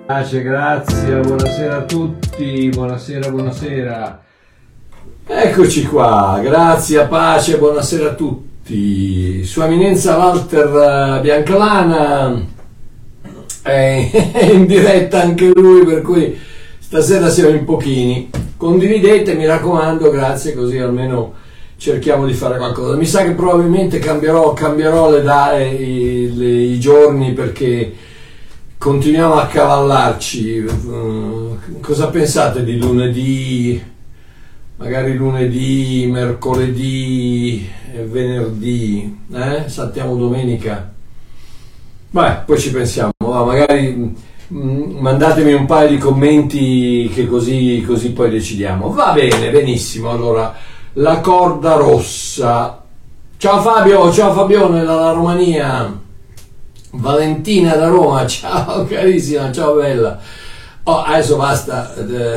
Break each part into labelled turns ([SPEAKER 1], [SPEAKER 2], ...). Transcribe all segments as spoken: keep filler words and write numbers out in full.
[SPEAKER 1] Pace, grazie, buonasera a tutti, buonasera, buonasera. Eccoci qua, grazie, pace, buonasera a tutti. Sua Eminenza Walter Biancalana è in diretta anche lui, per cui stasera siamo in pochini. Condividete, mi raccomando, grazie, così almeno cerchiamo di fare qualcosa. Mi sa che probabilmente cambierò, cambierò le date, i, le, i giorni, perché continuiamo a cavallarci. Uh, cosa pensate di lunedì, magari lunedì, mercoledì, venerdì, eh? Saltiamo domenica? Beh, poi ci pensiamo, va, magari mh, mandatemi un paio di commenti, che così, così poi decidiamo. Va bene, benissimo. Allora, la corda rossa. Ciao Fabio, ciao Fabione dalla Romania. Valentina da Roma, ciao carissima, ciao bella. Oh, adesso basta.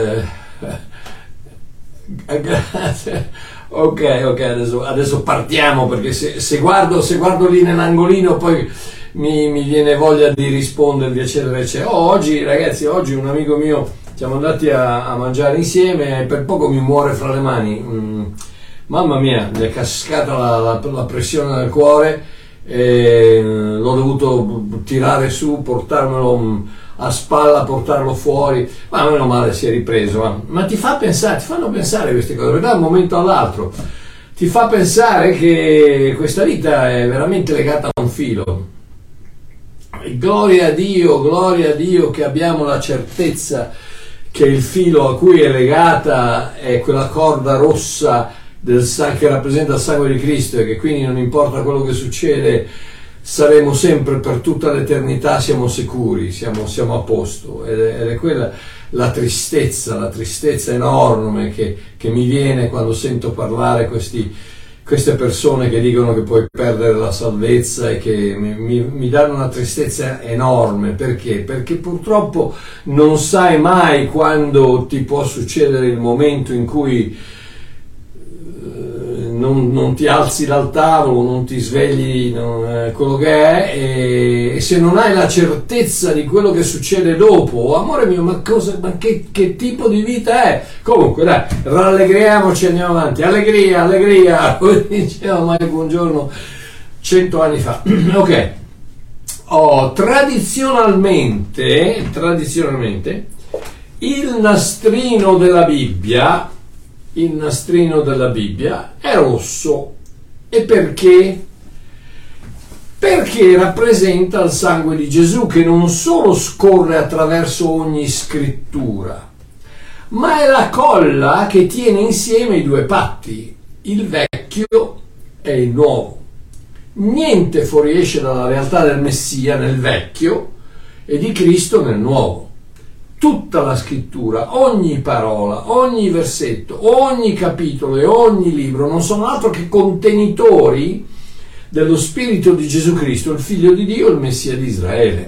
[SPEAKER 1] Grazie. Ok, ok, adesso, adesso partiamo, perché se, se, guardo, se guardo lì nell'angolino poi mi, mi viene voglia di rispondervi, eccetera, eccetera. Oh, oggi, ragazzi, oggi un amico mio, siamo andati a, a mangiare insieme e per poco mi muore fra le mani. Mm, mamma mia, mi è cascata la, la, la pressione del cuore. E l'ho dovuto tirare su, portarmelo a spalla, portarlo fuori, ma meno male si è ripreso. Ma, ma ti fa pensare, ti fanno pensare queste cose, da un momento all'altro ti fa pensare che questa vita è veramente legata a un filo. E gloria a Dio, gloria a Dio che abbiamo la certezza che il filo a cui è legata è quella corda rossa del sangue, che rappresenta il sangue di Cristo, e che quindi non importa quello che succede, saremo sempre, per tutta l'eternità, siamo sicuri, siamo, siamo a posto. Ed è, ed è quella la tristezza, la tristezza enorme che, che mi viene quando sento parlare questi, queste persone che dicono che puoi perdere la salvezza, e che mi, mi, mi danno una tristezza enorme. Perché? Perché purtroppo non sai mai quando ti può succedere il momento in cui Non, non ti alzi dal tavolo, non ti svegli, non, eh, quello che è, e, e se non hai la certezza di quello che succede dopo, oh, amore mio, ma, cosa, ma che, che tipo di vita è? Comunque dai, rallegriamoci e andiamo avanti. Allegria, allegria, come diceva mai Buongiorno cento anni fa. Ok, oh, tradizionalmente, tradizionalmente il nastrino della Bibbia il nastrino della Bibbia è rosso. E perché? Perché rappresenta il sangue di Gesù, che non solo scorre attraverso ogni scrittura, ma è la colla che tiene insieme i due patti, il vecchio e il nuovo. Niente fuoriesce dalla realtà del Messia nel vecchio e di Cristo nel nuovo. Tutta la scrittura, ogni parola, ogni versetto, ogni capitolo e ogni libro non sono altro che contenitori dello Spirito di Gesù Cristo, il Figlio di Dio, il Messia di Israele.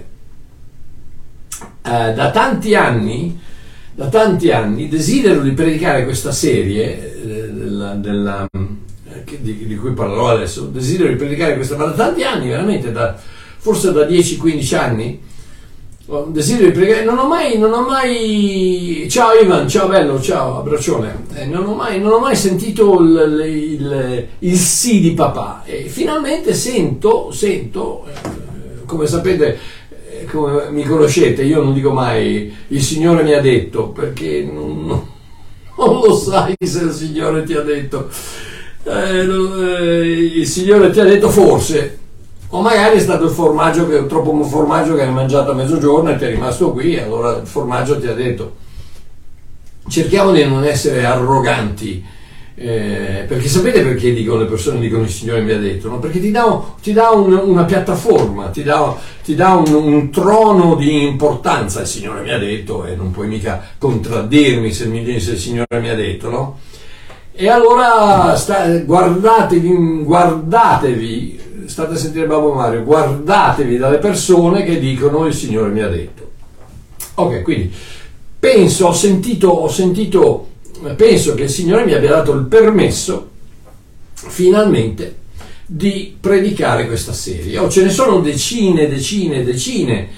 [SPEAKER 1] Eh, da tanti anni, da tanti anni desidero di predicare questa serie eh, della, della, eh, di, di cui parlerò adesso. Desidero di predicare questa, ma da tanti anni, veramente, da, forse da dieci quindici anni. Desidero di pregare, non ho mai, non ho mai, ciao Ivan, ciao bello, ciao, abbraccione, eh, non ho mai, non ho mai sentito il, il, il sì di papà, e finalmente sento, sento, eh, come sapete, eh, come mi conoscete, io non dico mai il Signore mi ha detto, perché non, non lo sai se il Signore ti ha detto, eh, eh, il Signore ti ha detto forse. O magari è stato il formaggio, che troppo formaggio che hai mangiato a mezzogiorno e ti è rimasto qui, e allora il formaggio ti ha detto. Cerchiamo di non essere arroganti, eh, perché sapete perché dicono, le persone dicono il Signore mi ha detto, no? Perché ti dà, ti dà un, una piattaforma, ti dà, ti dà un, un trono di importanza. Il Signore mi ha detto, e non puoi mica contraddirmi se, mi, se il Signore mi ha detto, no? E allora sta, guardatevi, guardatevi, state a sentire Babbo Mario, guardatevi dalle persone che dicono il Signore mi ha detto. Ok, quindi penso, ho sentito, ho sentito, penso che il Signore mi abbia dato il permesso finalmente di predicare questa serie. Oh, ce ne sono decine, decine, decine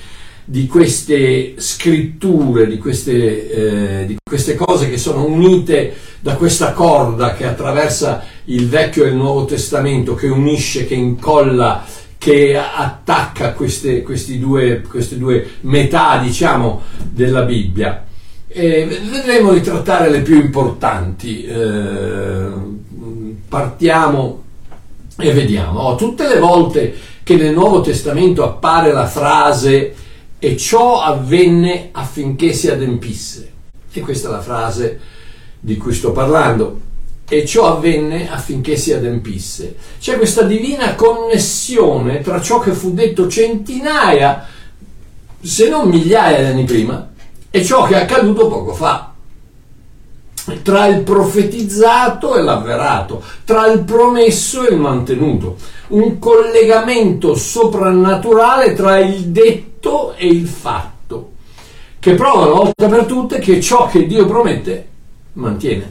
[SPEAKER 1] di queste scritture, di queste, eh, di queste cose che sono unite da questa corda che attraversa il Vecchio e il Nuovo Testamento, che unisce, che incolla, che attacca queste, questi due, queste due metà, diciamo, della Bibbia. E vedremo di trattare le più importanti. Eh, partiamo e vediamo. Oh, tutte le volte che nel Nuovo Testamento appare la frase "e ciò avvenne affinché si adempisse", e questa è la frase di cui sto parlando, "e ciò avvenne affinché si adempisse", c'è questa divina connessione tra ciò che fu detto centinaia, se non migliaia di anni prima, e ciò che è accaduto poco fa, tra il profetizzato e l'avverato, tra il promesso e il mantenuto, un collegamento soprannaturale tra il detto e il fatto, che prova una volta per tutte che ciò che Dio promette mantiene.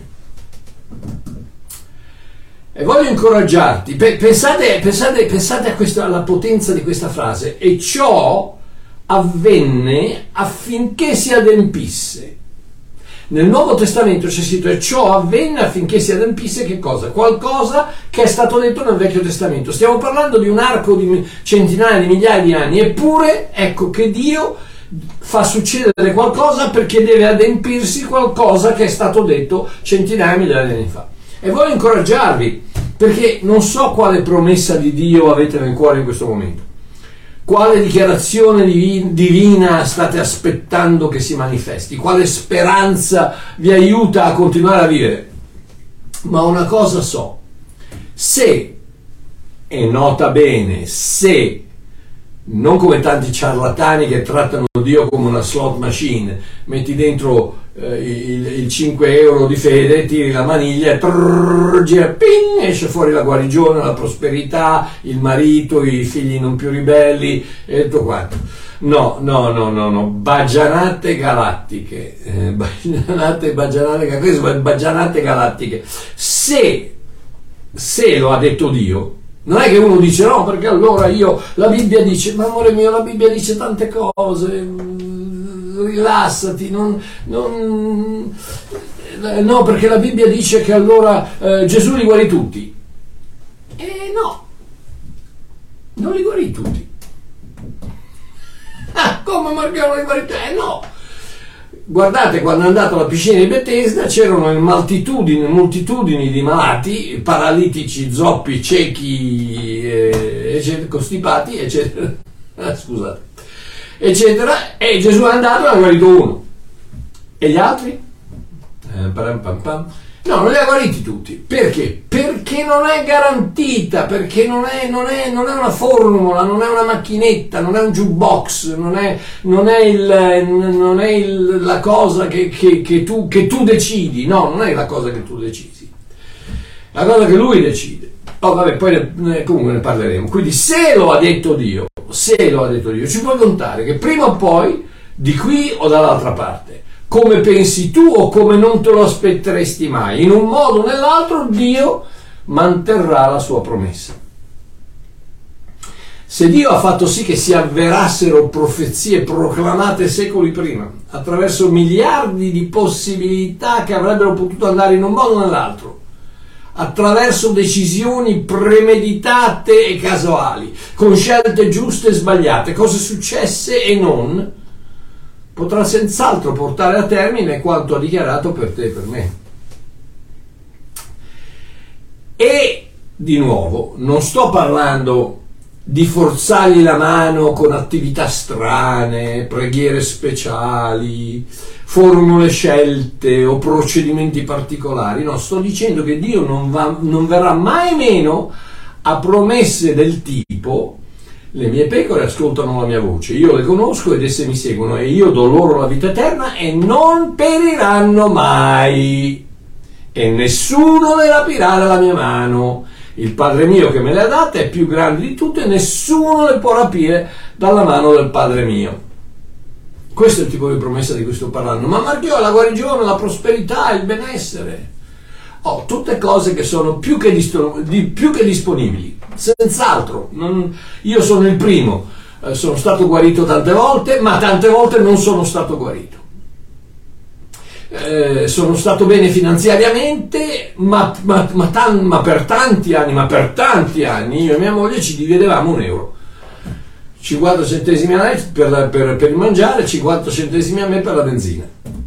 [SPEAKER 1] E voglio incoraggiarti, pensate, pensate, pensate a questa, alla potenza di questa frase: "e ciò avvenne affinché si adempisse". Nel Nuovo Testamento c'è scritto "e ciò avvenne affinché si adempisse" che cosa? Qualcosa che è stato detto nel Vecchio Testamento. Stiamo parlando di un arco di centinaia di migliaia di anni, eppure ecco che Dio fa succedere qualcosa perché deve adempirsi qualcosa che è stato detto centinaia di migliaia di anni fa. E voglio incoraggiarvi, perché non so quale promessa di Dio avete nel cuore in questo momento, quale dichiarazione divina state aspettando che si manifesti, quale speranza vi aiuta a continuare a vivere. Ma una cosa so: se, e nota bene, se, non come tanti ciarlatani che trattano Dio come una slot machine, metti dentro eh, il, il cinque euro di fede, tiri la maniglia e trrr, gira, ping, esce fuori la guarigione, la prosperità, il marito, i figli non più ribelli e tutto quanto. No, no, no, no, no, bagianate galattiche, eh, bagianate, bagianate, bagianate galattiche. Se, se lo ha detto Dio, non è che uno dice no, perché allora io, la Bibbia dice, ma amore mio, la Bibbia dice tante cose, rilassati, non, non, no, perché la Bibbia dice che allora eh, Gesù li guarì tutti. E no, non li guarì tutti. Ah, come Marco li guarì tutti? Eh no. Guardate, quando è andato alla piscina di Betesda c'erano moltitudini, moltitudini di malati, paralitici, zoppi, ciechi, eh, eccetera, costipati, eccetera. Ah, scusate, eccetera. E Gesù è andato e ha guarito uno. E gli altri? Eh, pam pam pam. No, non li ha guariti tutti. Perché? Perché non è garantita, perché non è, non è, non è una formula, non è una macchinetta, non è un jukebox, non è, non è, il, non è il, la cosa che, che, che, tu, che tu decidi. No, non è la cosa che tu decidi, la cosa che lui decide. Oh, vabbè, poi ne, comunque ne parleremo. Quindi se lo ha detto Dio, se lo ha detto Dio, ci puoi contare che prima o poi, di qui o dall'altra parte, come pensi tu o come non te lo aspetteresti mai, in un modo o nell'altro Dio manterrà la sua promessa. Se Dio ha fatto sì che si avverassero profezie proclamate secoli prima, attraverso miliardi di possibilità che avrebbero potuto andare in un modo o nell'altro, attraverso decisioni premeditate e casuali, con scelte giuste e sbagliate, cose successe e non, potrà senz'altro portare a termine quanto ha dichiarato per te e per me. E di nuovo non sto parlando di forzargli la mano con attività strane, preghiere speciali, formule scelte o procedimenti particolari. No, sto dicendo che Dio non, va, non verrà mai meno a promesse del tipo: le mie pecore ascoltano la mia voce, io le conosco ed esse mi seguono e io do loro la vita eterna e non periranno mai e nessuno le rapirà dalla mia mano. Il Padre mio che me le ha date è più grande di tutte e nessuno le può rapire dalla mano del Padre mio. Questo è il tipo di promessa di cui sto parlando. Ma Marchio, la guarigione, la prosperità, il benessere, oh, tutte cose che sono più che, disto- di, più che disponibili, senz'altro. Non, io sono il primo uh, eh, sono stato guarito tante volte, ma tante volte non sono stato guarito. Eh, sono stato bene finanziariamente, ma, ma, ma, tan, ma per tanti anni, ma per tanti anni io e mia moglie ci dividevamo un euro. cinquanta centesimi a lei per, per, per il mangiare, cinquanta centesimi a me per la benzina.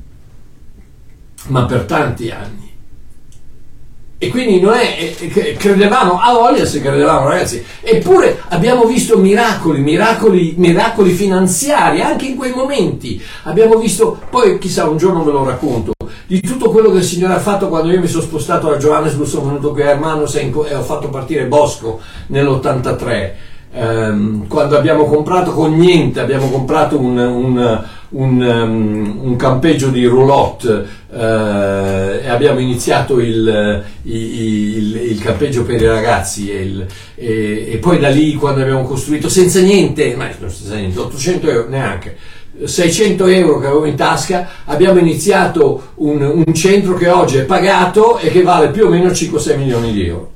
[SPEAKER 1] Ma per tanti anni. E quindi noi eh, credevamo, a voglia se credevamo, ragazzi. Eppure abbiamo visto miracoli, miracoli, miracoli finanziari, anche in quei momenti. Abbiamo visto, poi chissà, un giorno ve lo racconto, di tutto quello che il Signore ha fatto quando io mi sono spostato da Johannesburg, sono venuto qui a Hermanos e ho fatto partire Bosco nell'ottantatré. Um, quando abbiamo comprato con niente, abbiamo comprato un, un, un, um, un campeggio di roulotte uh, e abbiamo iniziato il, il, il, il campeggio per i ragazzi e, il, e, e poi da lì quando abbiamo costruito senza niente, ma non senza niente, ottocento euro neanche, seicento euro che avevo in tasca, abbiamo iniziato un, un centro che oggi è pagato e che vale più o meno cinque sei milioni di euro.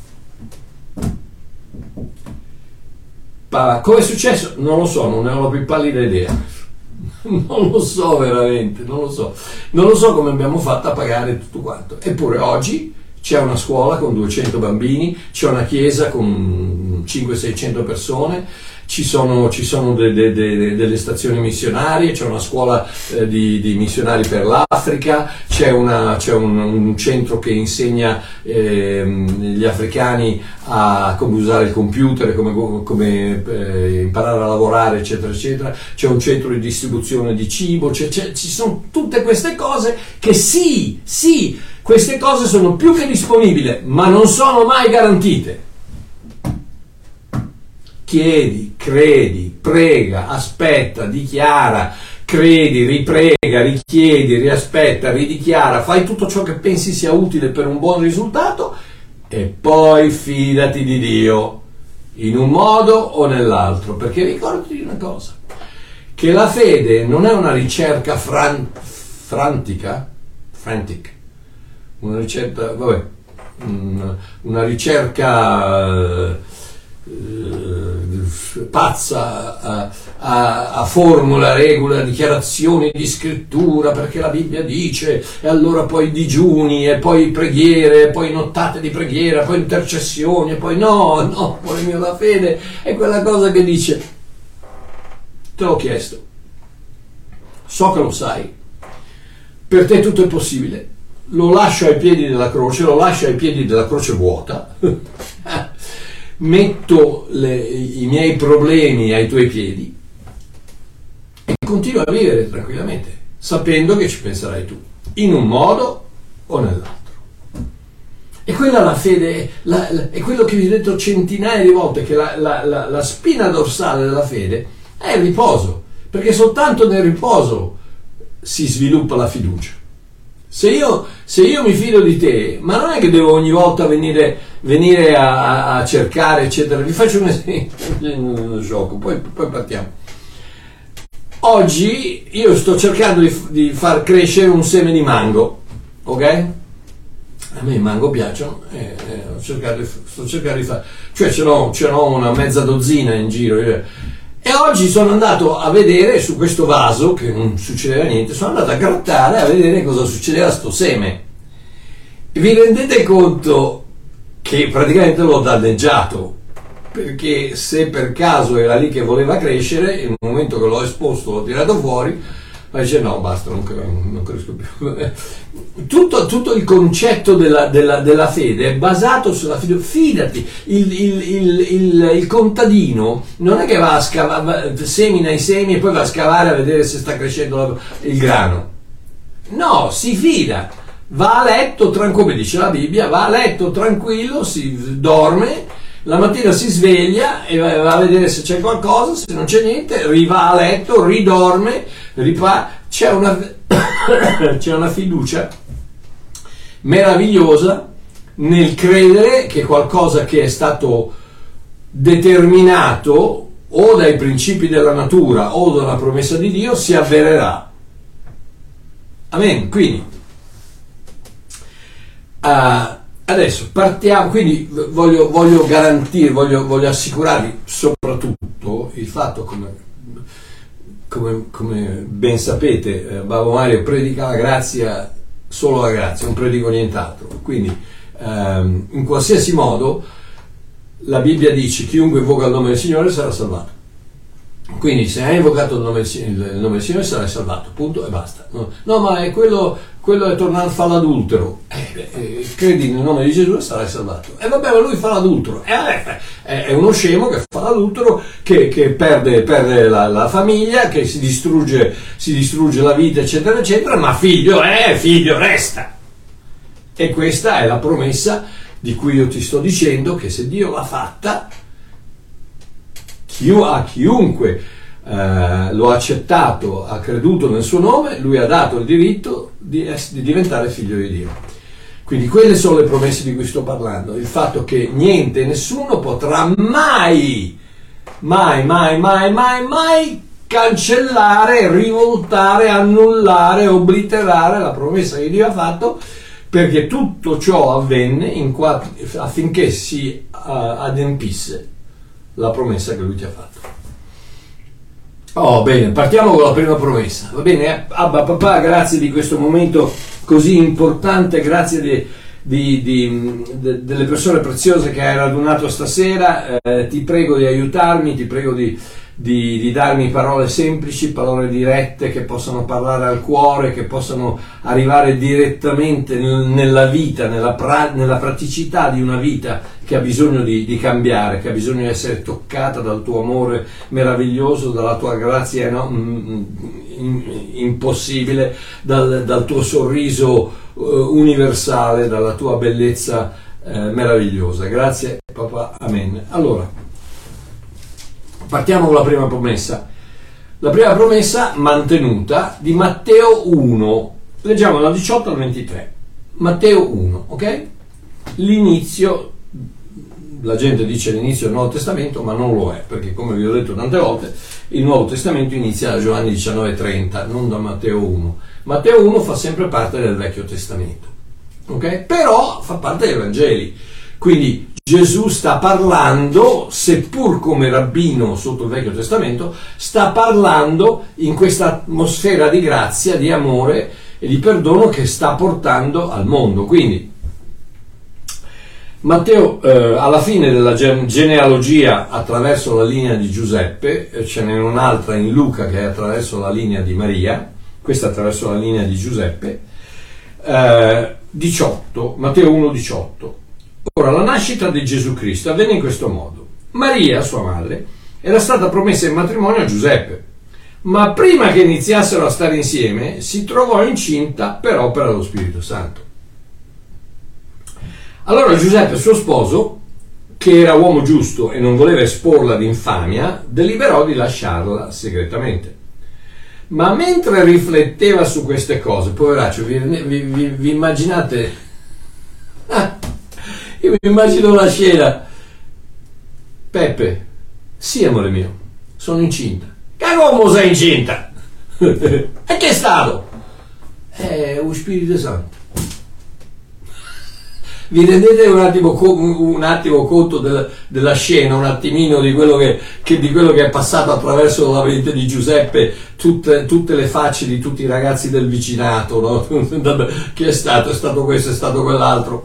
[SPEAKER 1] Come è successo? Non lo so, non ne ho la più pallida idea. Non lo so veramente, non lo so. Non lo so come abbiamo fatto a pagare tutto quanto. Eppure oggi c'è una scuola con duecento bambini, c'è una chiesa con cinquecento seicento persone, ci sono, ci sono de, de, de, delle stazioni missionarie, c'è una scuola eh, di, di missionari per l'Africa, c'è, una, c'è un, un centro che insegna eh, gli africani a come usare il computer, come, come eh, imparare a lavorare, eccetera, eccetera. C'è un centro di distribuzione di cibo, c'è, c'è, ci sono tutte queste cose che sì, sì, queste cose sono più che disponibili, ma non sono mai garantite. Chiedi, credi, prega, aspetta, dichiara, credi, riprega, richiedi, riaspetta, ridichiara, fai tutto ciò che pensi sia utile per un buon risultato e poi fidati di Dio in un modo o nell'altro, perché ricordati una cosa, che la fede non è una ricerca fran- frantica, frantic, una ricerca, vabbè, una ricerca pazza a, a, a formula, regola, dichiarazioni di scrittura perché la Bibbia dice, e allora poi digiuni e poi preghiere e poi nottate di preghiera, poi intercessioni e poi no, no, cuore mio, la fede è quella cosa che dice te l'ho chiesto, so che lo sai, per te tutto è possibile, lo lascio ai piedi della croce, lo lascio ai piedi della croce vuota metto le, i miei problemi ai tuoi piedi e continuo a vivere tranquillamente, sapendo che ci penserai tu, in un modo o nell'altro. E quella la fede, la, la, è quello che vi ho detto centinaia di volte, che la, la, la, la spina dorsale della fede è il riposo, perché soltanto nel riposo si sviluppa la fiducia. Se io, se io mi fido di te, ma non è che devo ogni volta venire, venire a, a cercare, eccetera. Vi faccio un esempio, sciocco, poi, poi partiamo. Oggi io sto cercando di, di far crescere un seme di mango, ok? A me i mango piacciono, e, e ho cercato di, sto cercando di fare, cioè ce n'ho, ce n'ho una mezza dozzina in giro. Io, e oggi sono andato a vedere su questo vaso, che non succedeva niente, sono andato a grattare a vedere cosa succedeva a sto seme. E vi rendete conto che praticamente l'ho danneggiato, perché se per caso era lì che voleva crescere, nel momento che l'ho esposto, l'ho tirato fuori, ma dice no, basta, non, non cresco più. Tutto, tutto il concetto della, della, della fede è basato sulla fiducia. Fidati, il, il, il, il, il contadino non è che va a scavare, semina i semi e poi va a scavare a vedere se sta crescendo la, il grano. No, si fida, va a letto tranquillo, come dice la Bibbia, va a letto tranquillo, si dorme, la mattina si sveglia e va a vedere se c'è qualcosa, se non c'è niente, rivà a letto, ridorme, ripara. C'è una, c'è una fiducia meravigliosa nel credere che qualcosa che è stato determinato o dai principi della natura o dalla promessa di Dio si avvererà. Amen. Quindi uh, Adesso partiamo, quindi voglio, voglio garantire, voglio, voglio assicurarvi soprattutto il fatto, come, come, come ben sapete, eh, Babbo Mario predica la grazia, solo la grazia, non predico nient'altro. Quindi ehm, in qualsiasi modo la Bibbia dice: chiunque invoca il nome del Signore sarà salvato. Quindi se hai invocato il nome, il nome del Signore sarai salvato, punto e basta. No, no ma è quello, quello è tornato a fare l'adultero. Eh, eh, credi nel nome di Gesù e sarai salvato. E eh, vabbè, ma lui fa l'adultero. Eh, eh, è uno scemo che fa l'adultero, che, che perde, perde la, la famiglia, che si distrugge, si distrugge la vita, eccetera, eccetera, ma figlio è, figlio resta. E questa è la promessa di cui io ti sto dicendo, che se Dio l'ha fatta, a chiunque eh, lo ha accettato, ha creduto nel suo nome, lui ha dato il diritto di, di diventare figlio di Dio. Quindi quelle sono le promesse di cui sto parlando, il fatto che niente, nessuno potrà mai, mai, mai, mai, mai, mai cancellare, rivoltare, annullare, obliterare la promessa che Dio ha fatto, perché tutto ciò avvenne in qua, affinché si uh, adempisse la promessa che lui ti ha fatto. Oh, bene, partiamo con la prima promessa, va bene? Abba papà, grazie di questo momento così importante, grazie di, di, di, de, delle persone preziose che hai radunato stasera, eh, ti prego di aiutarmi, ti prego di, di, di darmi parole semplici, parole dirette che possano parlare al cuore, che possano arrivare direttamente nel, nella vita, nella, pra, nella praticità di una vita che ha bisogno di, di cambiare, che ha bisogno di essere toccata dal tuo amore meraviglioso, dalla tua grazia no, in, in, impossibile, dal, dal tuo sorriso uh, universale, dalla tua bellezza uh, meravigliosa. Grazie papà, amen. Allora, partiamo con la prima promessa. La prima promessa mantenuta di Matteo uno, leggiamo dal diciotto al ventitré. Matteo uno, ok? L'inizio. La gente dice l'inizio del Nuovo Testamento, ma non lo è, perché come vi ho detto tante volte, il Nuovo Testamento inizia da Giovanni diciannove trenta, non da Matteo uno. Matteo uno fa sempre parte del Vecchio Testamento, ok? Però fa parte dei Vangeli. Quindi Gesù sta parlando, seppur come rabbino sotto il Vecchio Testamento, sta parlando in questa atmosfera di grazia, di amore e di perdono che sta portando al mondo. Quindi Matteo, eh, alla fine della genealogia attraverso la linea di Giuseppe, eh, ce n'è un'altra in Luca che è attraverso la linea di Maria, questa attraverso la linea di Giuseppe, eh, diciotto, Matteo uno diciotto. Ora, la nascita di Gesù Cristo avvenne in questo modo. Maria, sua madre, era stata promessa in matrimonio a Giuseppe, ma prima che iniziassero a stare insieme si trovò incinta per opera dello Spirito Santo. Allora Giuseppe, suo sposo, che era uomo giusto e non voleva esporla ad infamia, deliberò di lasciarla segretamente. Ma mentre rifletteva su queste cose, poveraccio, vi, vi, vi, vi immaginate? Ah, io mi immagino la scena. Peppe, sì amore mio, sono incinta. Che come sei incinta? E che è stato? È un Spirito Santo. Vi rendete un attimo, un attimo conto del, della scena, un attimino di quello che, che, di quello che è passato attraverso la mente di Giuseppe, tutte, tutte le facce di tutti i ragazzi del vicinato, no? Chi è stato? È stato questo, è stato quell'altro.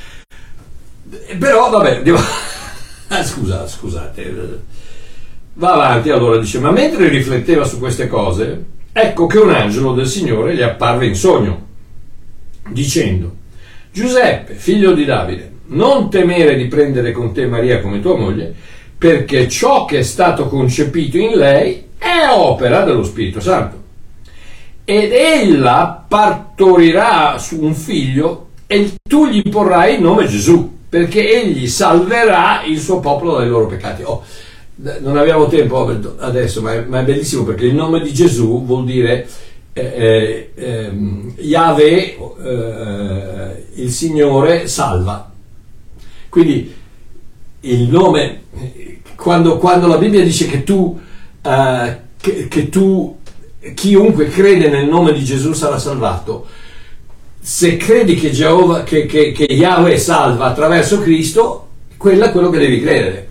[SPEAKER 1] Però vabbè, devo... ah, scusa, scusate, va avanti. Allora dice: ma mentre rifletteva su queste cose, ecco che un angelo del Signore gli apparve in sogno, dicendo: Giuseppe, figlio di Davide, non temere di prendere con te Maria come tua moglie, perché ciò che è stato concepito in lei è opera dello Spirito Santo. Ed ella partorirà su un figlio e tu gli porrai il nome Gesù, perché egli salverà il suo popolo dai loro peccati. Oh, non abbiamo tempo adesso, ma è, ma è bellissimo, perché il nome di Gesù vuol dire Eh, eh, Yahweh, eh, il Signore salva. Quindi il nome, quando, quando la Bibbia dice che tu, eh, che, che tu chiunque crede nel nome di Gesù sarà salvato, se credi che, Geova, che, che, che Yahweh salva attraverso Cristo, quello è quello che devi credere.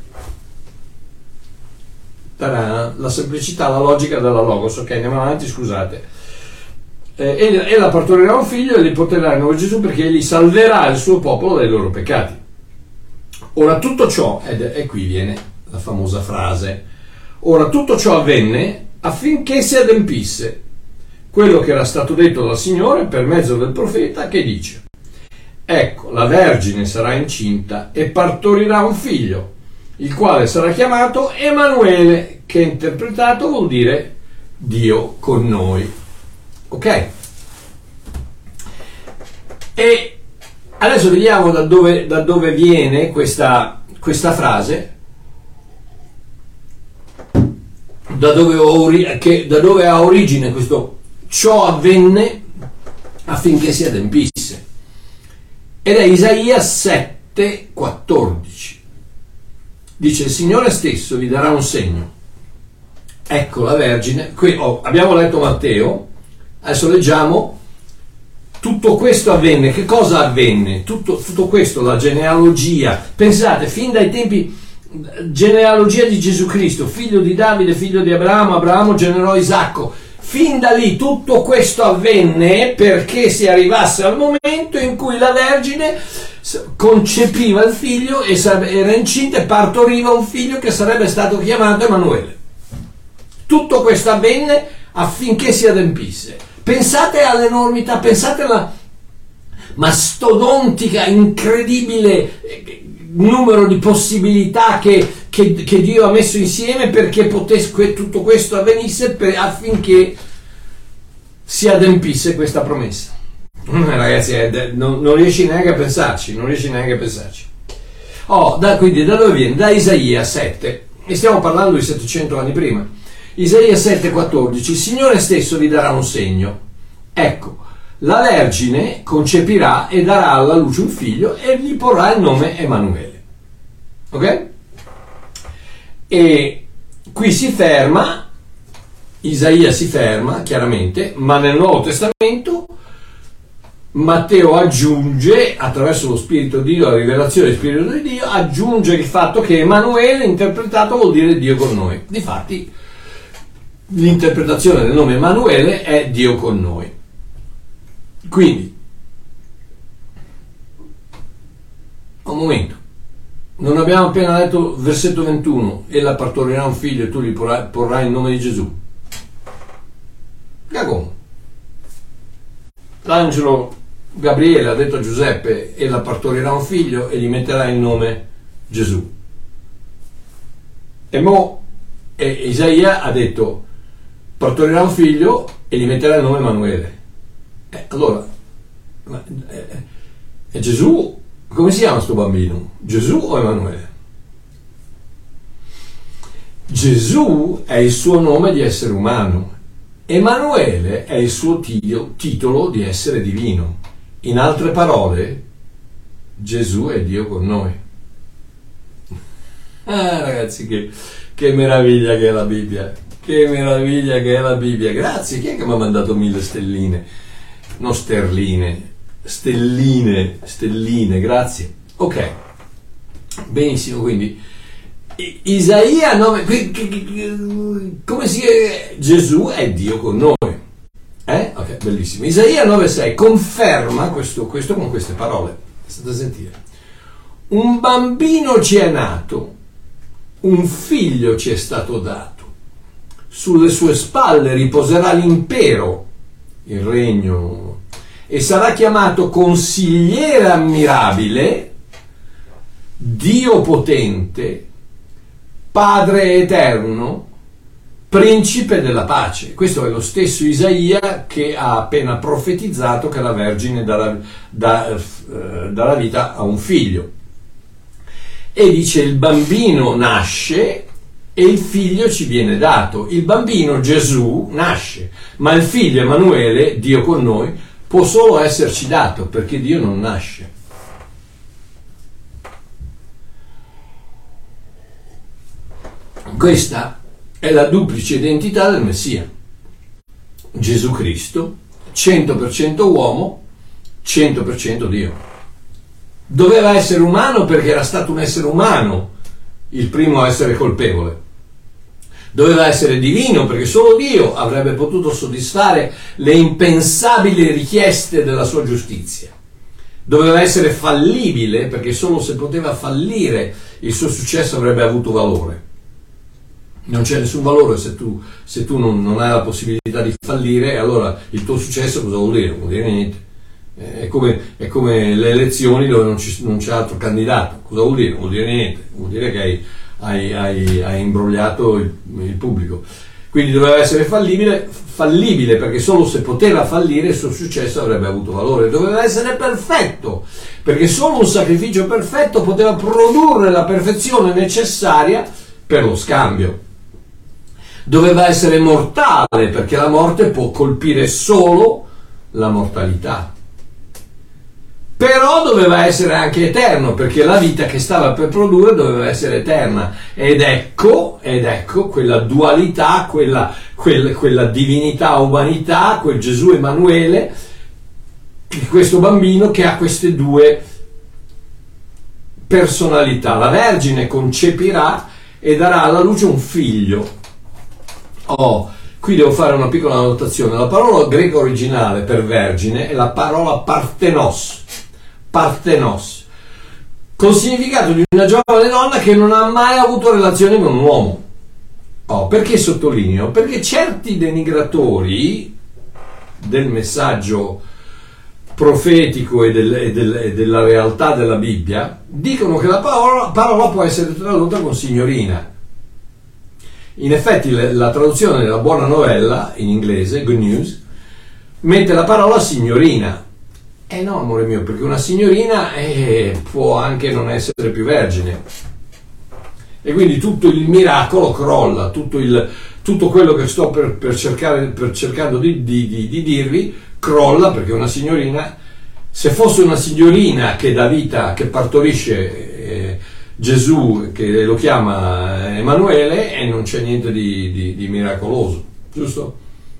[SPEAKER 1] Tarà, la semplicità, la logica della Logos. Ok, andiamo avanti, scusate. Eh, e, e la partorirà un figlio e li porterà in nome di Gesù, perché egli salverà il suo popolo dai loro peccati. Ora tutto ciò, ed, e qui viene la famosa frase, ora tutto ciò avvenne affinché si adempisse quello che era stato detto dal Signore per mezzo del profeta, che dice: ecco, la Vergine sarà incinta e partorirà un figlio, il quale sarà chiamato Emanuele, che interpretato vuol dire Dio con noi. Ok? E adesso vediamo da dove, da dove viene questa, questa frase, da dove, ori, che, da dove ha origine questo ciò avvenne affinché si adempisse. Ed è Isaia sette quattordici. Dice: il Signore stesso vi darà un segno. Ecco la Vergine. Qui oh, abbiamo letto Matteo, adesso leggiamo. Tutto questo avvenne. Che cosa avvenne? Tutto, tutto questo, la genealogia. Pensate, fin dai tempi, genealogia di Gesù Cristo, figlio di Davide, figlio di Abramo, Abramo generò Isacco. Fin da lì tutto questo avvenne perché si arrivasse al momento in cui la Vergine concepiva il figlio e era incinta e partoriva un figlio che sarebbe stato chiamato Emanuele. Tutto questo avvenne affinché si adempisse. Pensate all'enormità, pensate alla mastodontica, incredibile numero di possibilità che, che, che Dio ha messo insieme perché potesse, tutto questo avvenisse per, affinché si adempisse questa promessa. Mm, ragazzi, eh, non, non riesci neanche a pensarci, non riesci neanche a pensarci. Oh, da, quindi da dove viene? Da Isaia sette, e stiamo parlando di settecento anni prima. Isaia sette quattordici: il Signore stesso vi darà un segno. Ecco, la Vergine concepirà e darà alla luce un figlio e gli porrà il nome Emanuele. Ok? E qui si ferma, Isaia si ferma chiaramente, ma nel Nuovo Testamento Matteo aggiunge, attraverso lo Spirito di Dio, la rivelazione del Spirito di Dio, aggiunge il fatto che Emanuele, interpretato, vuol dire Dio con noi. Difatti l'interpretazione del nome Emanuele è Dio con noi. Quindi, un momento, non abbiamo appena letto versetto ventuno: ella partorirà un figlio e tu gli porrai, porrai il nome di Gesù. Da come? L'angelo Gabriele ha detto a Giuseppe: ella partorirà un figlio e gli metterà il nome Gesù. E mo e Isaia ha detto: partorirà un figlio e gli metterà il nome Emanuele. Eh, allora, ma, eh, è Gesù? Come si chiama sto bambino? Gesù o Emanuele? Gesù è il suo nome di essere umano, Emanuele è il suo titolo, titolo di essere divino. In altre parole, Gesù è Dio con noi. Ah, ragazzi, che, che meraviglia che è la Bibbia! Che meraviglia che è la Bibbia! Grazie, chi è che mi ha mandato mille stelline? Non sterline, stelline, stelline, grazie. Ok, benissimo, quindi Isaia nove, come si è? Gesù è Dio con noi. Eh? Ok, bellissimo. Isaia nove sei conferma questo, questo con queste parole. State a sentire. Un bambino ci è nato, un figlio ci è stato dato, sulle sue spalle riposerà l'impero, il regno, e sarà chiamato consigliere ammirabile, Dio potente, Padre eterno, principe della pace. Questo è lo stesso Isaia che ha appena profetizzato che la Vergine darà, da, eh, darà vita a un figlio. E dice: il bambino nasce e il figlio ci viene dato. Il bambino Gesù nasce, ma il figlio Emanuele, Dio con noi, può solo esserci dato, perché Dio non nasce. Questa è la duplice identità del Messia. Gesù Cristo, cento per cento uomo, cento per cento Dio. Doveva essere umano perché era stato un essere umano il primo a essere colpevole. Doveva essere divino perché solo Dio avrebbe potuto soddisfare le impensabili richieste della sua giustizia. Doveva essere fallibile perché solo se poteva fallire il suo successo avrebbe avuto valore. Non c'è nessun valore se tu, se tu non, non hai la possibilità di fallire, allora il tuo successo cosa vuol dire? Non vuol dire niente. È come, è come le elezioni dove non, ci, non c'è altro candidato. Cosa vuol dire? Non vuol dire niente. Vuol dire che hai, hai, hai, hai imbrogliato il, il pubblico. Quindi doveva essere fallibile, fallibile perché solo se poteva fallire il suo successo avrebbe avuto valore. Doveva essere perfetto perché solo un sacrificio perfetto poteva produrre la perfezione necessaria per lo scambio. Doveva essere mortale perché la morte può colpire solo la mortalità. Però doveva essere anche eterno perché la vita che stava per produrre doveva essere eterna. Ed ecco, ed ecco quella dualità, quella, quella, quella divinità umanità, quel Gesù Emanuele, questo bambino che ha queste due personalità. La Vergine concepirà e darà alla luce un figlio. Oh, qui devo fare una piccola annotazione. La parola greca originale per vergine è la parola parthenos, parthenos, col significato di una giovane donna che non ha mai avuto relazione con un uomo. Oh, perché sottolineo? Perché certi denigratori del messaggio profetico e, del, e, del, e della realtà della Bibbia dicono che la parola, parola può essere tradotta con signorina. In effetti la traduzione della buona novella in inglese, Good News, mette la parola signorina. Eh no, amore mio, perché una signorina eh, può anche non essere più vergine. E quindi tutto il miracolo crolla, tutto, il, tutto quello che sto per, per, cercare, per cercando di, di, di, di dirvi crolla, perché una signorina, se fosse una signorina che dà vita, che partorisce eh, Gesù, che lo chiama Emanuele, e non c'è niente di, di, di miracoloso, giusto?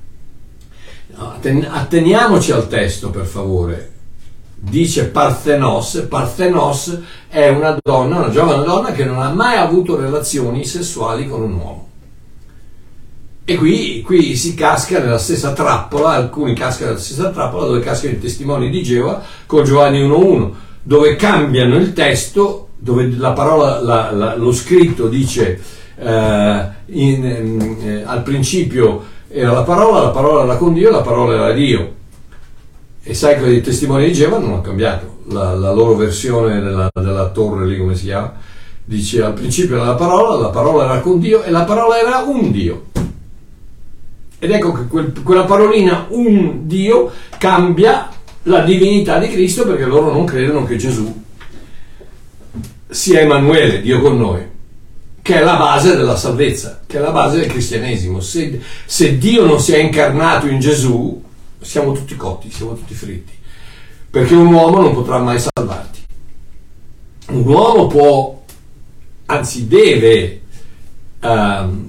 [SPEAKER 1] Atteniamoci al testo, per favore. Dice Parthenos. Parthenos è una donna, una giovane donna che non ha mai avuto relazioni sessuali con un uomo. E qui, qui si casca nella stessa trappola, alcuni cascano nella stessa trappola dove cascano i testimoni di Geova con Giovanni uno uno, dove cambiano il testo, dove la parola, la, la, lo scritto dice eh, in, eh, al principio era la parola, la parola era con Dio, la parola era Dio. E sai che i testimoni di Geova non hanno cambiato la, la loro versione della, della torre lì, come si chiama, dice al principio era la parola, la parola era con Dio e la parola era un Dio. Ed ecco che quel, quella parolina un Dio cambia la divinità di Cristo, perché loro non credono che Gesù sia Emanuele, Dio con noi, che è la base della salvezza, che è la base del cristianesimo. Se, se Dio non si è incarnato in Gesù, siamo tutti cotti, siamo tutti fritti, perché un uomo non potrà mai salvarti. Un uomo può, anzi deve um,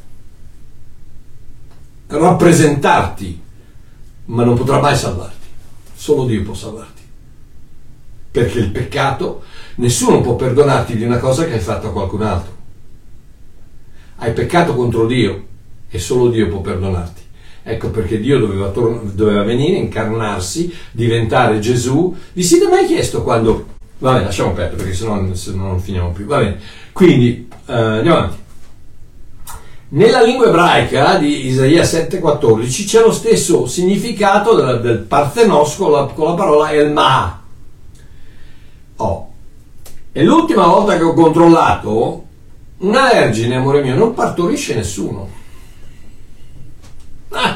[SPEAKER 1] rappresentarti, ma non potrà mai salvarti. Solo Dio può salvarti, perché il peccato, nessuno può perdonarti di una cosa che hai fatto a qualcun altro. Hai peccato contro Dio e solo Dio può perdonarti. Ecco perché Dio doveva, tor- doveva venire, incarnarsi, diventare Gesù. Vi siete mai chiesto quando... Vabbè, lasciamo perdere, perché sennò, sennò non finiamo più. Va bene. Quindi, uh, andiamo avanti. Nella lingua ebraica di Isaia sette quattordici c'è lo stesso significato del, del parthenos con la, con la parola elma. Oh. E l'ultima volta che ho controllato, una vergine, amore mio, non partorisce nessuno. Ah.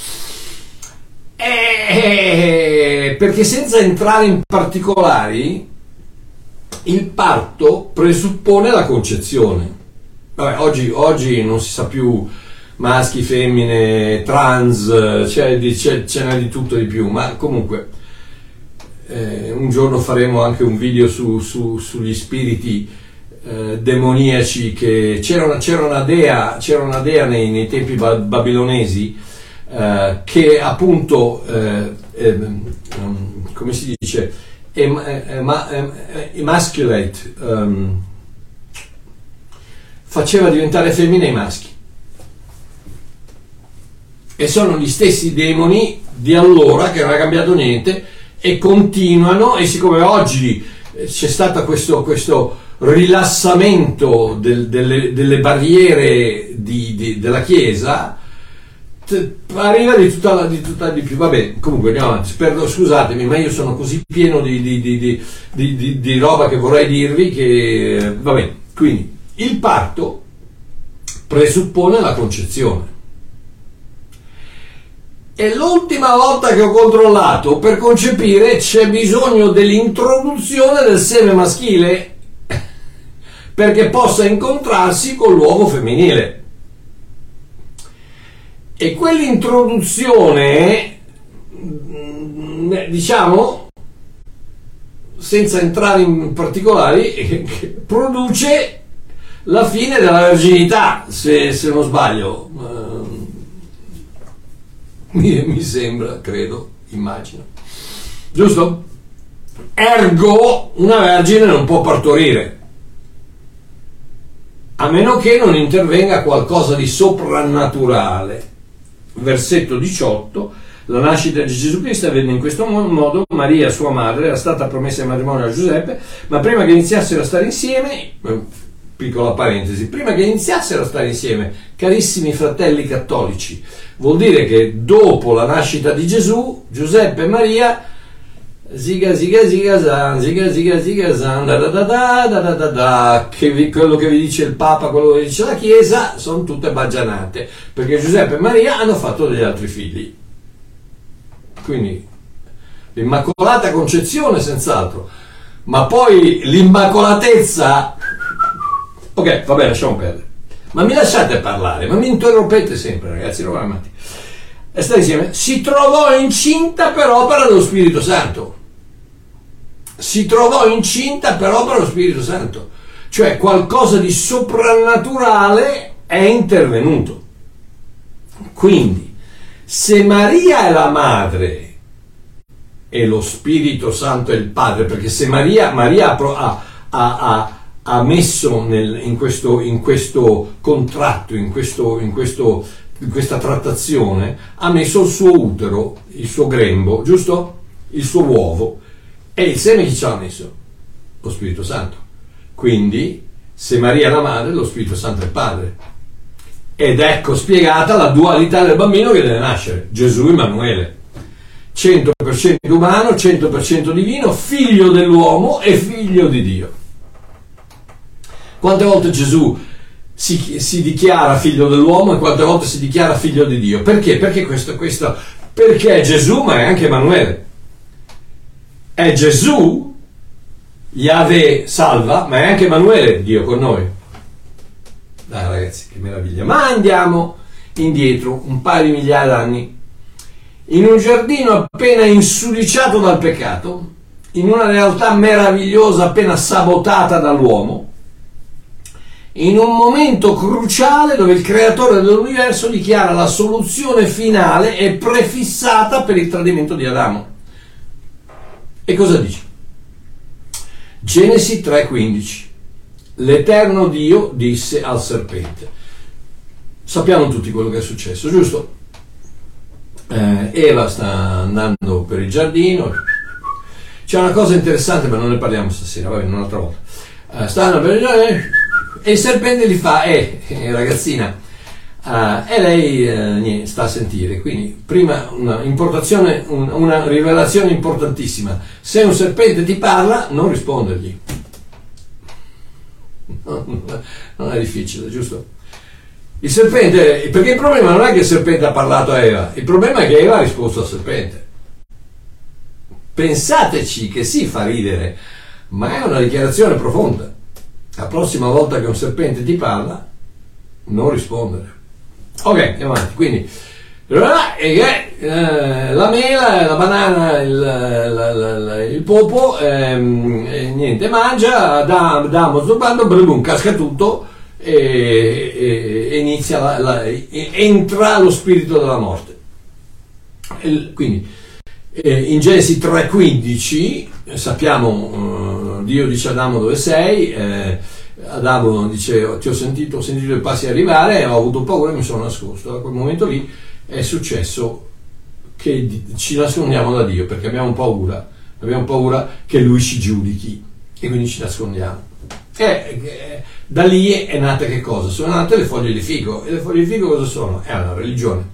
[SPEAKER 1] E, perché senza entrare in particolari, il parto presuppone la concezione. Vabbè, oggi, oggi non si sa più maschi, femmine, trans, c'è, c'è, ce n'è di tutto di più, ma comunque eh, un giorno faremo anche un video su, su, sugli spiriti eh, demoniaci. Che c'era una, c'era una dea, c'era una dea nei, nei tempi babilonesi eh, che appunto eh, eh, come si dice, em, em, em, emasculate, um, faceva diventare femmine i maschi. E sono gli stessi demoni di allora, che non è cambiato niente, e continuano, e siccome oggi c'è stato questo, questo rilassamento del, delle, delle barriere di, di, della Chiesa, t- arriva di tutta, di tutta di più. Vabbè, comunque andiamo avanti. Perdo, scusatemi, ma io sono così pieno di, di, di, di, di, di, di roba che vorrei dirvi che, vabbè, quindi il parto presuppone la concezione. E l'ultima volta che ho controllato, per concepire c'è bisogno dell'introduzione del seme maschile perché possa incontrarsi con l'uovo femminile. E quell'introduzione, diciamo, senza entrare in particolari, produce la fine della virginità, se, se non sbaglio. Mi, mi sembra, credo, immagino. Giusto? Ergo, una vergine non può partorire, a meno che non intervenga qualcosa di soprannaturale. Versetto diciotto: la nascita di Gesù Cristo avvenne in questo modo. Maria, sua madre, era stata promessa in matrimonio a Giuseppe, ma prima che iniziassero a stare insieme, piccola parentesi, prima che iniziassero a stare insieme, carissimi fratelli cattolici, vuol dire che dopo la nascita di Gesù, Giuseppe e Maria, ziga ziga ziga zan, ziga ziga ziga zan, da da da da da da da da, che vi, quello che vi dice il Papa, quello che vi dice la Chiesa, sono tutte baggianate, perché Giuseppe e Maria hanno fatto degli altri figli. Quindi l'immacolata concezione senz'altro, ma poi l'immacolatezza, ok, vabbè, lasciamo perdere. Ma mi lasciate parlare, ma mi interrompete sempre, ragazzi, non vado avanti. E stai insieme. Si trovò incinta per opera dello Spirito Santo. Si trovò incinta per opera dello Spirito Santo. Cioè qualcosa di soprannaturale è intervenuto. Quindi, se Maria è la madre e lo Spirito Santo è il padre, perché se Maria, Maria ha, ha, ha ha messo nel, in, questo, in questo contratto, in, questo, in, questo, in questa trattazione, ha messo il suo utero, il suo grembo, giusto? Il suo uovo. E il seme chi ci ha messo? Lo Spirito Santo. Quindi, se Maria è la madre, lo Spirito Santo è il padre. Ed ecco spiegata la dualità del bambino che deve nascere. Gesù Emanuele. cento per cento umano, cento per cento divino, figlio dell'uomo e figlio di Dio. Quante volte Gesù si, si dichiara figlio dell'uomo e quante volte si dichiara figlio di Dio? Perché? Perché questo, questo? Perché è Gesù, ma è anche Emanuele. È Gesù, Yahweh salva, ma è anche Emanuele, Dio con noi. Dai ragazzi, che meraviglia. Ma andiamo indietro un paio di migliaia d'anni. In un giardino appena insudiciato dal peccato, in una realtà meravigliosa appena sabotata dall'uomo, in un momento cruciale dove il creatore dell'universo dichiara la soluzione finale e prefissata per il tradimento di Adamo. E cosa dice? Genesi tre quindici. L'Eterno Dio disse al serpente. Sappiamo tutti quello che è successo, giusto? Eh, Eva sta andando per il giardino. C'è una cosa interessante, ma non ne parliamo stasera, va bene, un'altra volta. Eh, sta andando per il giardino e il serpente gli fa, eh, eh ragazzina, uh, e lei eh, niente, sta a sentire. Quindi, prima una importazione, un, una rivelazione importantissima: se un serpente ti parla, non rispondergli. Non è difficile, giusto? Il serpente, perché il problema non è che il serpente ha parlato a Eva, il problema è che Eva ha risposto al serpente. Pensateci che sì, fa ridere, ma è una dichiarazione profonda. La prossima volta che un serpente ti parla, non rispondere. Ok, andiamo avanti. Quindi, eh, la mela, la banana, il, la, la, la, il popo, ehm, e niente, mangia, da, da mozzobando, brum, casca tutto e, e, e inizia la, la, e, entra lo spirito della morte. Il, quindi, E in Genesi tre quindici sappiamo, uh, Dio dice a Adamo dove sei, eh, Adamo dice ti ho sentito, ho sentito i passi arrivare, ho avuto paura e mi sono nascosto. Da quel momento lì è successo che ci nascondiamo da Dio perché abbiamo paura, abbiamo paura che Lui ci giudichi e quindi ci nascondiamo. E eh, da lì è nata che cosa? Sono nate le foglie di fico. E le foglie di fico cosa sono? È una religione.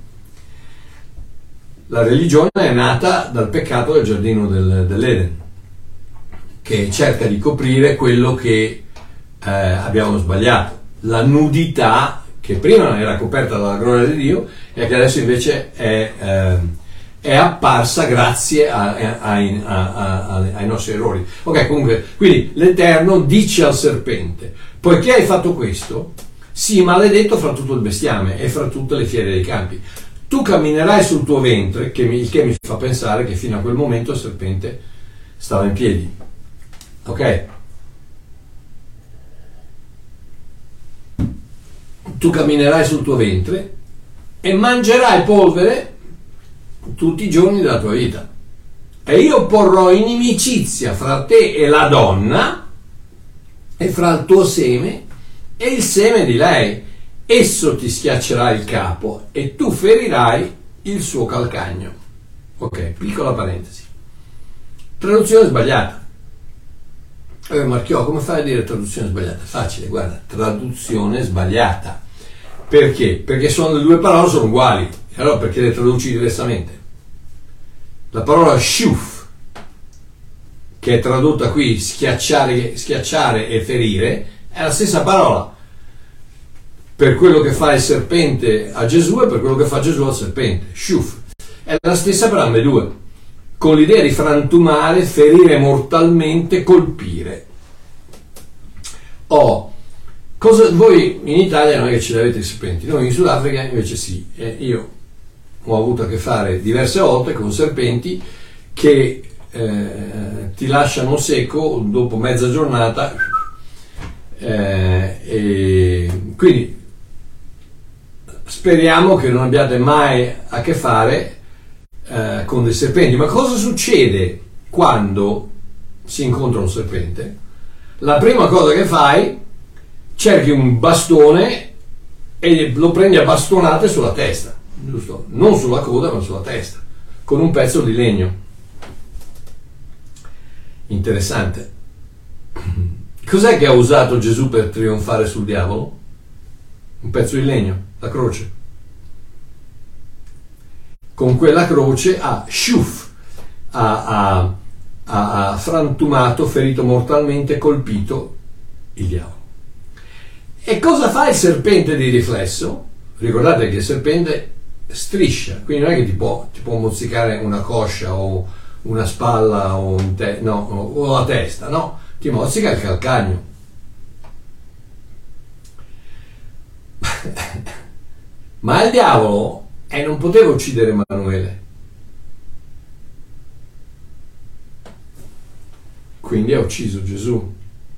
[SPEAKER 1] La religione è nata dal peccato del giardino del, dell'Eden, che cerca di coprire quello che eh, abbiamo sbagliato, la nudità che prima era coperta dalla gloria di Dio e che adesso invece è, eh, è apparsa grazie a, a, a, a, ai nostri errori. Ok, comunque, quindi l'Eterno dice al serpente: poiché hai fatto questo, sii maledetto fra tutto il bestiame e fra tutte le fiere dei campi. Tu camminerai sul tuo ventre, che mi, il che mi fa pensare che fino a quel momento il serpente stava in piedi. Ok? Tu camminerai sul tuo ventre e mangerai polvere tutti i giorni della tua vita. E io porrò inimicizia fra te e la donna, e fra il tuo seme e il seme di lei. Esso ti schiaccerà il capo e tu ferirai il suo calcagno. Ok, piccola parentesi. Traduzione sbagliata. Eh, Marchiò, come fai a dire traduzione sbagliata? Facile, guarda, traduzione sbagliata. Perché? Perché sono le due parole sono uguali. E allora perché le traduci diversamente? La parola shuf, che è tradotta qui schiacciare, schiacciare e ferire, è la stessa parola per quello che fa il serpente a Gesù e per quello che fa Gesù al serpente. Shuf è la stessa per ambedue, con l'idea di frantumare, ferire mortalmente, colpire. Oh, cosa, voi in Italia non è che ce l'avete i serpenti, noi in Sudafrica invece sì, e io ho avuto a che fare diverse volte con serpenti che eh, ti lasciano secco dopo mezza giornata, eh, e quindi speriamo che non abbiate mai a che fare eh, con dei serpenti. Ma cosa succede quando si incontra un serpente? La prima cosa che fai, cerchi un bastone e lo prendi a bastonate sulla testa, giusto? Non sulla coda ma sulla testa, con un pezzo di legno. Interessante. Cos'è che ha usato Gesù per trionfare sul diavolo? Un pezzo di legno, la croce. Con quella croce ha shuf, ha, ha, ha, ha frantumato, ferito mortalmente, colpito il diavolo. E cosa fa il serpente di riflesso? Ricordate che il serpente striscia, quindi non è che ti può, ti può mozzicare una coscia o una spalla o, un te, no, o la testa, no, ti mozzica il calcagno. Ma il diavolo eh, non poteva uccidere Emanuele, quindi ha ucciso Gesù,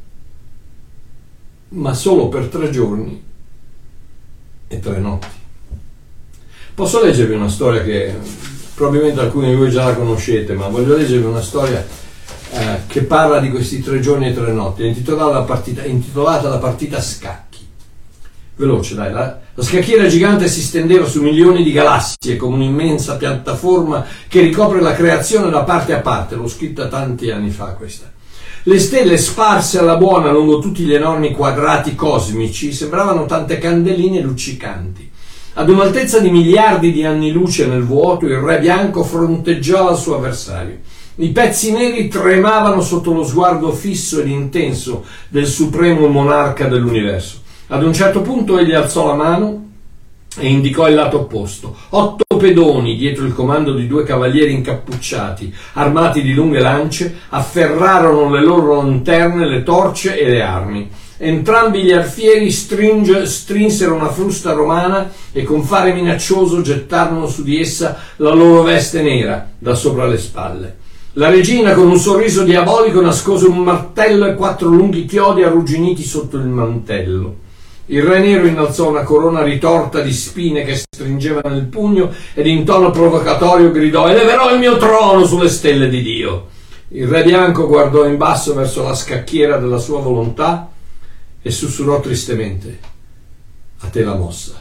[SPEAKER 1] ma solo per tre giorni e tre notti. Posso leggervi una storia che probabilmente alcuni di voi già la conoscete, ma voglio leggervi una storia eh, che parla di questi tre giorni e tre notti. È intitolata La partita, intitolata La partita a scacchi. Veloce, dai. La, la scacchiera gigante si stendeva su milioni di galassie come un'immensa piattaforma che ricopre la creazione da parte a parte. L'ho scritta tanti anni fa questa. Le stelle sparse alla buona lungo tutti gli enormi quadrati cosmici sembravano tante candeline luccicanti. Ad un'altezza di miliardi di anni luce nel vuoto, il re bianco fronteggiava il suo avversario. I pezzi neri tremavano sotto lo sguardo fisso ed intenso del supremo monarca dell'universo. Ad un certo punto egli alzò la mano e indicò il lato opposto. Otto pedoni, dietro il comando di due cavalieri incappucciati, armati di lunghe lance, afferrarono le loro lanterne, le torce e le armi. Entrambi gli alfieri stringe, strinsero una frusta romana e con fare minaccioso gettarono su di essa la loro veste nera da sopra le spalle. La regina, con un sorriso diabolico, nascose un martello e quattro lunghi chiodi arrugginiti sotto il mantello. Il re nero innalzò una corona ritorta di spine che stringeva nel pugno ed in tono provocatorio gridò: «Eleverò il mio trono sulle stelle di Dio». Il re bianco guardò in basso verso la scacchiera della sua volontà e sussurrò tristemente: «A te la mossa».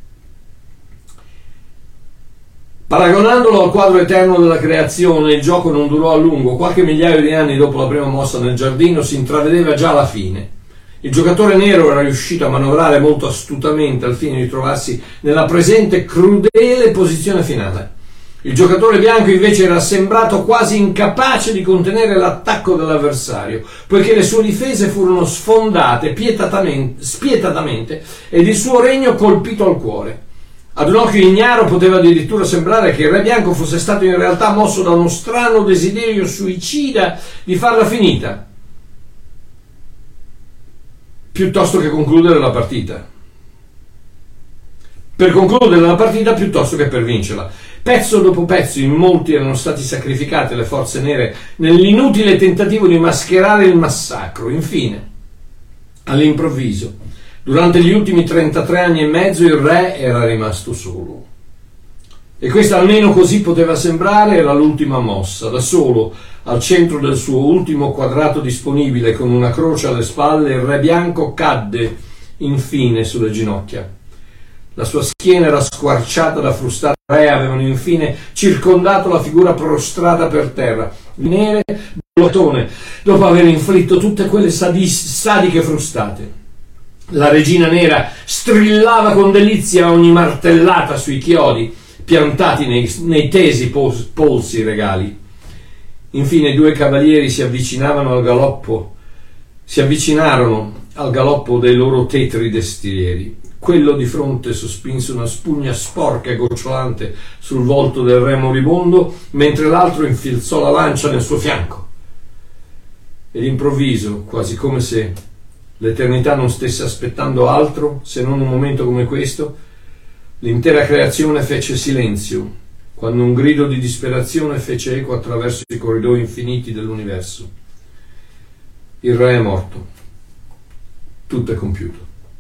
[SPEAKER 1] Paragonandolo al quadro eterno della creazione, il gioco non durò a lungo. Qualche migliaio di anni dopo la prima mossa nel giardino si intravedeva già la fine. Il giocatore nero era riuscito a manovrare molto astutamente al fine di trovarsi nella presente crudele posizione finale. Il giocatore bianco invece era sembrato quasi incapace di contenere l'attacco dell'avversario, poiché le sue difese furono sfondate pietatamente, spietatamente ed il suo regno colpito al cuore. Ad un occhio ignaro poteva addirittura sembrare che il re bianco fosse stato in realtà mosso da uno strano desiderio suicida di farla finita, piuttosto che concludere la partita. Per concludere la partita piuttosto che per vincerla. Pezzo dopo pezzo in molti erano stati sacrificate le forze nere nell'inutile tentativo di mascherare il massacro. Infine, all'improvviso, durante gli ultimi trentatré anni e mezzo il re era rimasto solo. E questa, almeno così poteva sembrare, era l'ultima mossa. Da solo, al centro del suo ultimo quadrato disponibile, con una croce alle spalle, il re bianco cadde infine sulle ginocchia. La sua schiena era squarciata da frustati re, avevano infine circondato la figura prostrata per terra, nere, blottone, dopo aver inflitto tutte quelle sadis- sadiche frustate. La regina nera strillava con delizia ogni martellata sui chiodi piantati nei, nei tesi pos- polsi regali. Infine i due cavalieri si avvicinavano al galoppo, si avvicinarono al galoppo dei loro tetri destrieri. Quello di fronte sospinse una spugna sporca e gocciolante sul volto del re moribondo, mentre l'altro infilzò la lancia nel suo fianco. E d'improvviso, quasi come se l'eternità non stesse aspettando altro se non un momento come questo, l'intera creazione fece silenzio, quando un grido di disperazione fece eco attraverso i corridoi infiniti dell'universo. Il re è morto. Tutto è compiuto.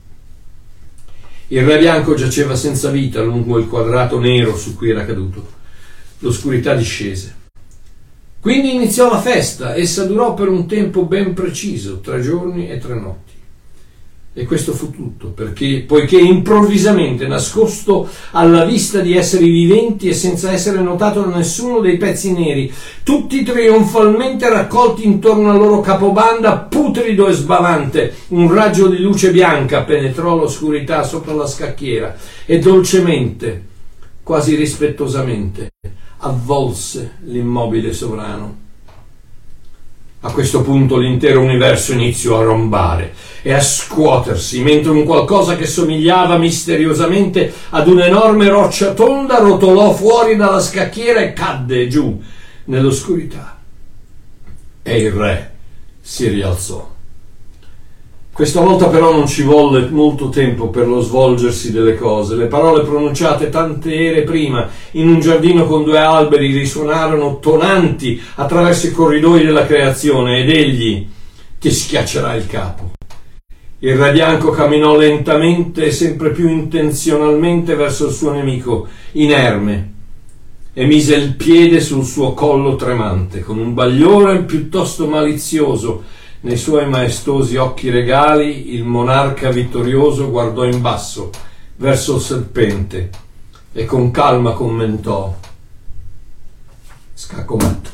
[SPEAKER 1] Il re bianco giaceva senza vita lungo il quadrato nero su cui era caduto. L'oscurità discese. Quindi iniziò la festa. Essa durò per un tempo ben preciso, tre giorni e tre notti. E questo fu tutto, perché, poiché improvvisamente, nascosto alla vista di esseri viventi e senza essere notato da nessuno dei pezzi neri, tutti trionfalmente raccolti intorno al loro capobanda, putrido e sbavante, un raggio di luce bianca penetrò l'oscurità sopra la scacchiera e dolcemente, quasi rispettosamente, avvolse l'immobile sovrano. A questo punto l'intero universo iniziò a rombare e a scuotersi, mentre un qualcosa che somigliava misteriosamente ad un'enorme roccia tonda rotolò fuori dalla scacchiera e cadde giù nell'oscurità. E il re si rialzò. Questa volta però non ci volle molto tempo per lo svolgersi delle cose. Le parole pronunciate tante ere prima in un giardino con due alberi risuonarono tonanti attraverso i corridoi della creazione ed egli: «Ti schiaccerà il capo». Il re bianco camminò lentamente e sempre più intenzionalmente verso il suo nemico, inerme, e mise il piede sul suo collo tremante. Con un bagliore piuttosto malizioso nei suoi maestosi occhi regali, il monarca vittorioso guardò in basso verso il serpente e con calma commentò: «Scaccomatto.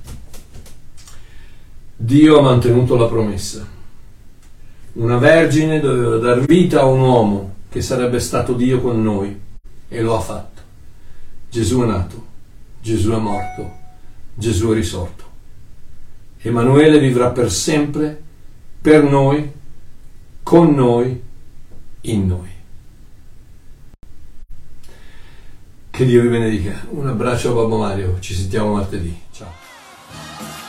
[SPEAKER 1] Dio ha mantenuto la promessa. Una vergine doveva dar vita a un uomo che sarebbe stato Dio con noi, e lo ha fatto. Gesù è nato, Gesù è morto, Gesù è risorto. Emanuele vivrà per sempre, per noi, con noi, in noi». Che Dio vi benedica. Un abbraccio a Babbo Mario. Ci sentiamo martedì. Ciao.